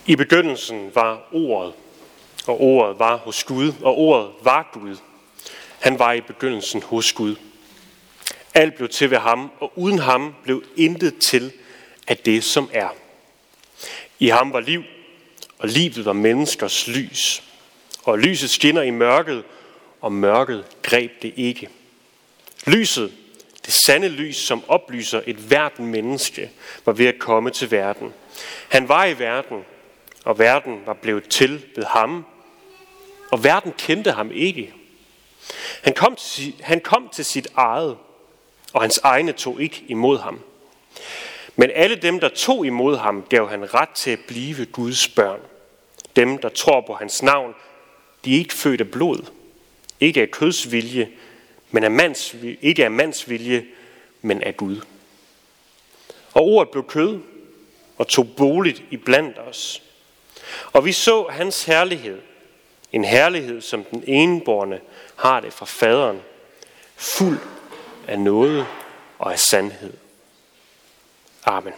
I begyndelsen var ordet, og ordet var hos Gud, og ordet var Gud. Han var i begyndelsen hos Gud. Alt blev til ved ham, og uden ham blev intet til af det, som er. I ham var liv, og livet var menneskers lys. Og lyset skinner i mørket, og mørket greb det ikke. Lyset, det sande lys, som oplyser et hvert menneske, var ved at komme til verden. Han var i verden, og verden var blevet til ved ham, og verden kendte ham ikke. Han kom til sit eget, og hans egne tog ikke imod ham. Men alle dem, der tog imod ham, gav han ret til at blive Guds børn. Dem, der tror på hans navn, de er ikke født af blod, ikke af kødsvilje, men ikke af mands vilje, men af Gud. Og ordet blev kød og tog boligt iblandt os. Og vi så hans herlighed, en herlighed, som den enebårne har det fra faderen, fuld af nåde og af sandhed. Amen.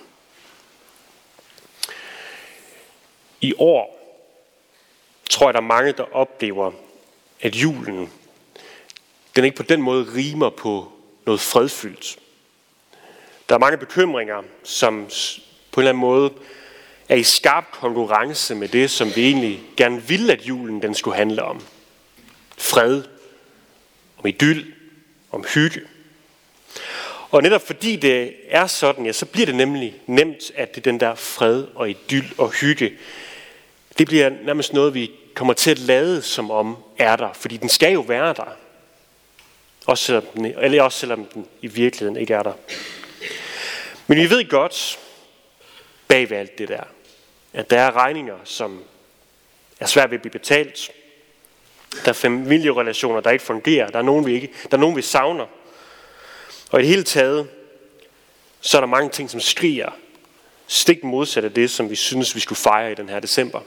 I år tror jeg, der er mange, der oplever, at julen, den ikke på den måde rimer på noget fredfyldt. Der er mange bekymringer, som på en eller anden måde er i skarp konkurrence med det, som vi egentlig gerne ville, at julen den skulle handle om. Fred, om idyl, om hygge. Og netop fordi det er sådan, ja, så bliver det nemlig nemt, at det den der fred og idyl og hygge, det bliver nærmest noget, vi kommer til at lade som om er der. Fordi den skal jo være der. Også selvom den i virkeligheden ikke er der. Men vi ved godt, bag ved alt det der, at der er regninger, som er svært ved at blive betalt. Der er familierelationer, der ikke fungerer. Der er nogen, vi savner. Og i det hele taget, så er der mange ting, som skriger stik modsat af det, som vi synes, vi skulle fejre i den her december.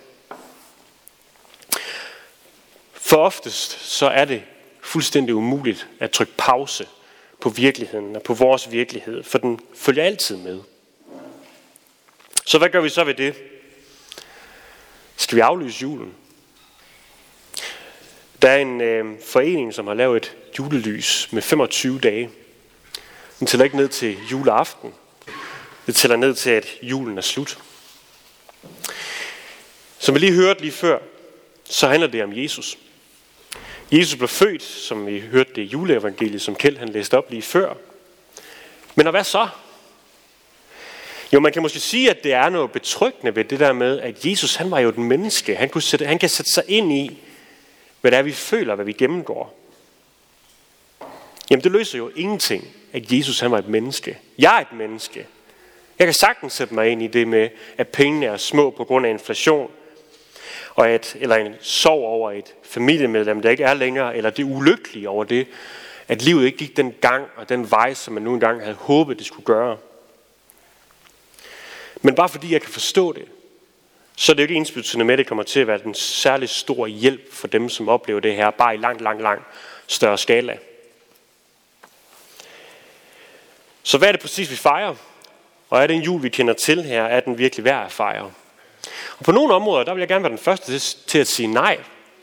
For oftest, så er det fuldstændig umuligt at trykke pause på virkeligheden og på vores virkelighed, for den følger altid med. Så hvad gør vi så ved det? Skal vi aflyse julen? Der er en forening, som har lavet et julelys med 25 dage. Den tæller ikke ned til juleaften. Det tæller ned til, at julen er slut. Som vi lige hørte lige før, så handler det om Jesus. Jesus blev født, som vi hørte det i juleevangeliet, som Kjeld han læste op lige før. Men og hvad så? Jo, man kan måske sige, at det er noget betryggende ved det der med, at Jesus han var jo et menneske. Han kan sætte sig ind i, hvad det er, vi føler, hvad vi gennemgår. Jamen det løser jo ingenting, at Jesus han var et menneske. Jeg er et menneske. Jeg kan sagtens sætte mig ind i det med, at pengene er små på grund af inflation, eller en sorg over et familiemedlem, der ikke er længere, eller det ulykkelige over det, at livet ikke gik den gang og den vej, som man nu engang havde håbet, det skulle gøre. Men bare fordi jeg kan forstå det, så er det jo ikke ensbetydende med, at det kommer til at være en særlig stor hjælp for dem, som oplever det her, bare i langt større skala. Så hvad er det præcis, vi fejrer? Og er det en jul, vi kender til her? Er den virkelig værd at fejre? Og på nogle områder, der vil jeg gerne være den første til at sige nej.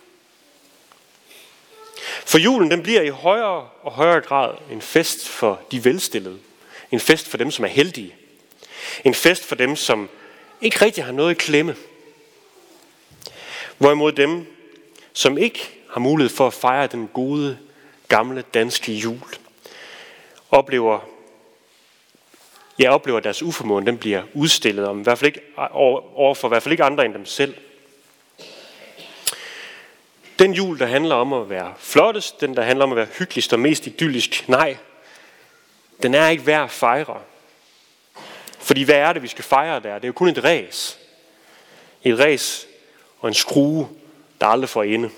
For julen, den bliver i højere og højere grad en fest for de velstillede. En fest for dem, som er heldige. En fest for dem, som ikke rigtig har noget i klemme. Hvorimod dem, som ikke har mulighed for at fejre den gode, gamle danske jul, oplever at deres uformåen, den bliver udstillet om, overfor i hvert fald ikke andre end dem selv. Den jul, der handler om at være flottest, den der handler om at være hyggeligst og mest idyllisk, nej, den er ikke værd at fejre. Fordi hvad er det, vi skal fejre der? Det er jo kun et ræs. Et ræs og en skrue, der aldrig får ende.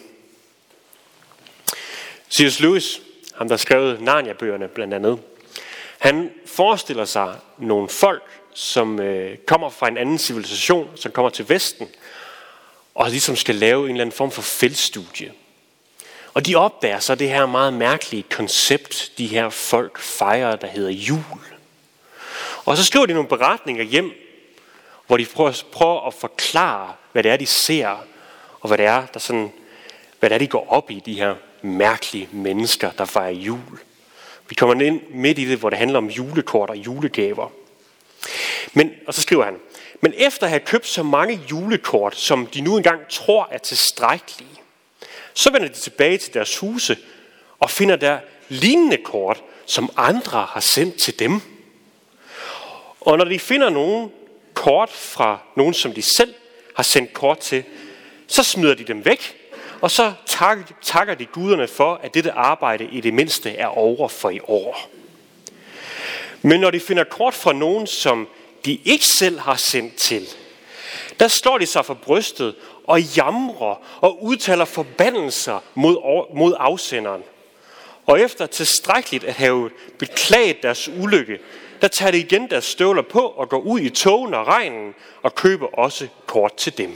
C.S. Lewis, ham der skrev Narnia-bøgerne blandt andet, han forestiller sig nogle folk, som kommer fra en anden civilisation, som kommer til Vesten, og ligesom skal lave en eller anden form for feltstudie. Og de opdager så det her meget mærkelige koncept, de her folk fejrer, der hedder jul. Og så skriver de nogle beretninger hjem, hvor de prøver at forklare, hvad det er, de ser, og hvad det er, de går op i, de her mærkelige mennesker, der fejrer jul. Vi kommer ind midt i det, hvor det handler om julekort og julegaver. Og så skriver han, men efter at have købt så mange julekort, som de nu engang tror er tilstrækkelige, så vender de tilbage til deres huse og finder der lignende kort, som andre har sendt til dem. Og når de finder nogle kort fra nogen, som de selv har sendt kort til, så smider de dem væk, og så takker de guderne for, at dette arbejde i det mindste er over for i år. Men når de finder kort fra nogen, som de ikke selv har sendt til, der slår de sig for brystet og jamrer og udtaler forbandelser mod afsenderen. Og efter tilstrækkeligt at have beklaget deres ulykke, der tager de igen deres støvler på og går ud i tågen og regnen og køber også kort til dem.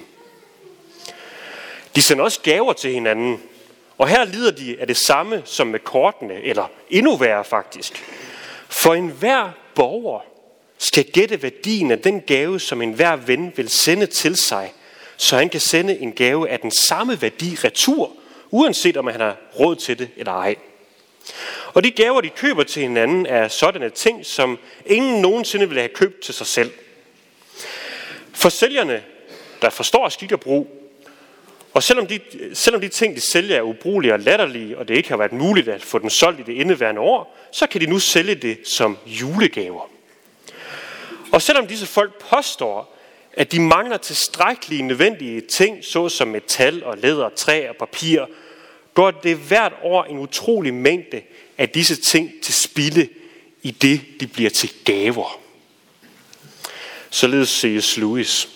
De sender også gaver til hinanden, og her lider de af det samme som med kortene, eller endnu værre faktisk. For enhver borger skal gætte værdien af den gave, som enhver ven vil sende til sig, så han kan sende en gave af den samme værdi retur, uanset om han har råd til det eller ej. Og de gaver, de køber til hinanden, er sådanne ting, som ingen nogensinde ville have købt til sig selv. For sælgerne, der forstår skik og brug, og selvom de ting, de sælger, er ubrugelige og latterlige, og det ikke har været muligt at få den solgt i det indeværende år, så kan de nu sælge det som julegaver. Og selvom disse folk påstår, at de mangler tilstrækkelige nødvendige ting, såsom metal og læder, træ og papir, går det hvert år en utrolig mængde af disse ting til spilde, i det de bliver til gaver. Således C.S. Lewis.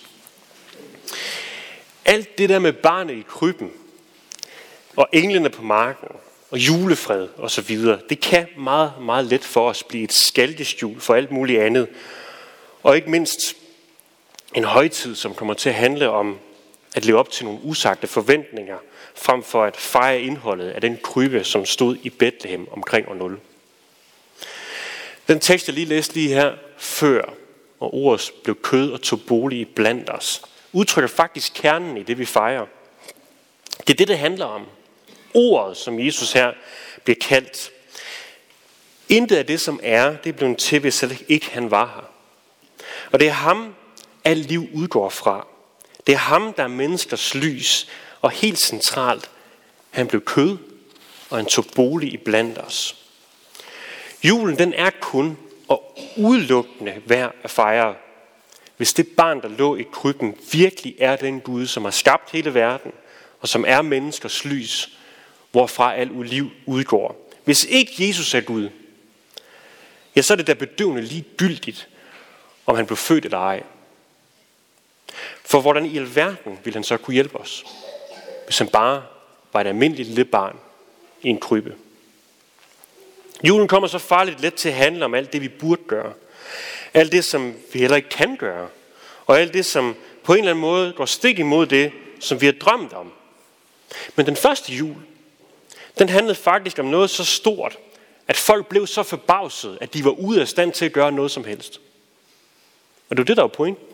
Alt det der med barnet i krybben, og englene på marken, og julefred osv., det kan meget, meget let for os blive et skalkeskjul for alt muligt andet. Og ikke mindst en højtid, som kommer til at handle om at leve op til nogle usagte forventninger, frem for at fejre indholdet af den krybbe, som stod i Bethlehem omkring år 0. Den tekst, jeg lige læste lige her før, og ordet blev kød og tog bolig blandt os, udtrykker faktisk kernen i det, vi fejrer. Det er det, det handler om. Ordet, som Jesus her bliver kaldt. Intet af det, som er, det er blevet til, hvis ikke han var her. Og det er ham, alt liv udgår fra. Det er ham, der er menneskers lys, og helt centralt, han blev kød, og han tog bolig iblandt os. Julen, den er kun og udelukkende værd at fejre, hvis det barn, der lå i krybben, virkelig er den Gud, som har skabt hele verden, og som er menneskers lys, hvorfra al liv udgår. Hvis ikke Jesus er Gud, ja, så er det da bedøvende ligegyldigt, om han blev født eller ej. For hvordan i alverden ville han så kunne hjælpe os, hvis han bare var et almindeligt lille barn i en krybbe? Julen kommer så farligt let til at handle om alt det, vi burde gøre. Alt det, som vi heller ikke kan gøre. Og alt det, som på en eller anden måde går stik imod det, som vi har drømt om. Men den første jul, den handlede faktisk om noget så stort, at folk blev så forbavset, at de var ude af stand til at gøre noget som helst. Og det er det, der er pointen.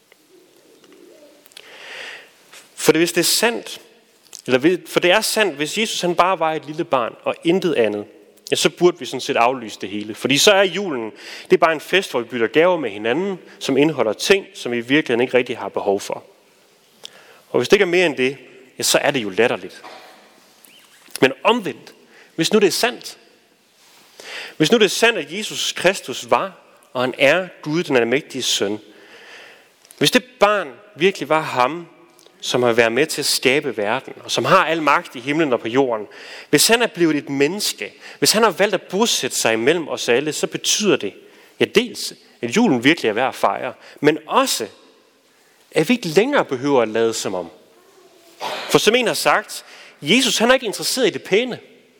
For det er sandt, hvis Jesus han bare var et lille barn og intet andet, ja, så burde vi sådan set aflyse det hele. Fordi så er julen, det er bare en fest, hvor vi bytter gaver med hinanden, som indeholder ting, som vi i virkeligheden ikke rigtig har behov for. Og hvis det ikke er mere end det, ja, så er det jo latterligt. Men omvendt, hvis nu det er sandt, hvis nu det er sandt, at Jesus Kristus var, og han er Gud, den almægtige søn, hvis det barn virkelig var ham, som har været med til at skabe verden, og som har al magt i himlen og på jorden, hvis han er blevet et menneske, hvis han har valgt at bosætte sig imellem os alle, så betyder det, ja, dels, at julen virkelig er værd at fejre, men også, at vi ikke længere behøver at lade som om. For som en har sagt, Jesus han er ikke interesseret i det pæne.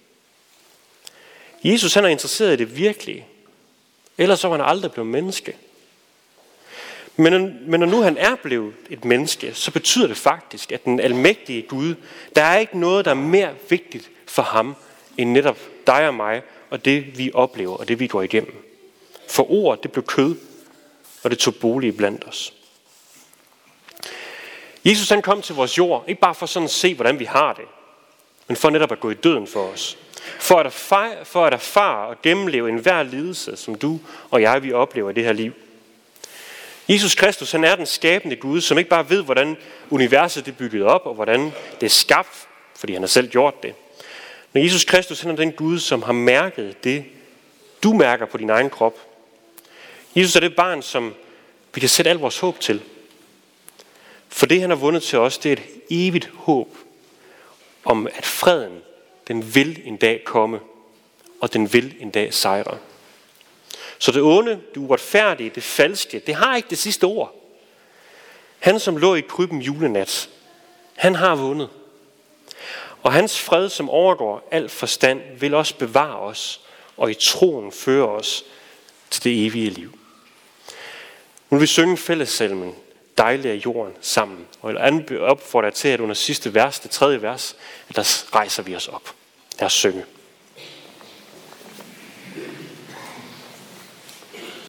Jesus han er interesseret i det virkelige. Ellers så var han aldrig blevet menneske. Men når nu han er blevet et menneske, så betyder det faktisk, at den almægtige Gud, der er ikke noget, der er mere vigtigt for ham, end netop dig og mig, og det vi oplever, og det vi går igennem. For ordet, det blev kød, og det tog bolig blandt os. Jesus han kom til vores jord, ikke bare for sådan at se, hvordan vi har det, men for netop at gå i døden for os. For at erfare og gennemleve enhver lidelse, som du og jeg vi oplever i det her liv. Jesus Kristus han er den skabende Gud, som ikke bare ved, hvordan universet er bygget op, og hvordan det er skabt, fordi han har selv gjort det. Men Jesus Kristus han er den Gud, som har mærket det, du mærker på din egen krop. Jesus er det barn, som vi kan sætte al vores håb til. For det han har vundet til os, det er et evigt håb om, at freden, den vil en dag komme, og den vil en dag sejre. Så det onde, det uretfærdige, det falske, det har ikke det sidste ord. Han, som lå i krybben julenat, han har vundet. Og hans fred, som overgår al forstand, vil også bevare os, og i troen føre os til det evige liv. Nu vil vi synge fællessalmen, Dejlig er jorden, sammen. Og jeg vil opfordre dig til, at under sidste vers, det 3. vers, at der rejser vi os op. Lad os synge.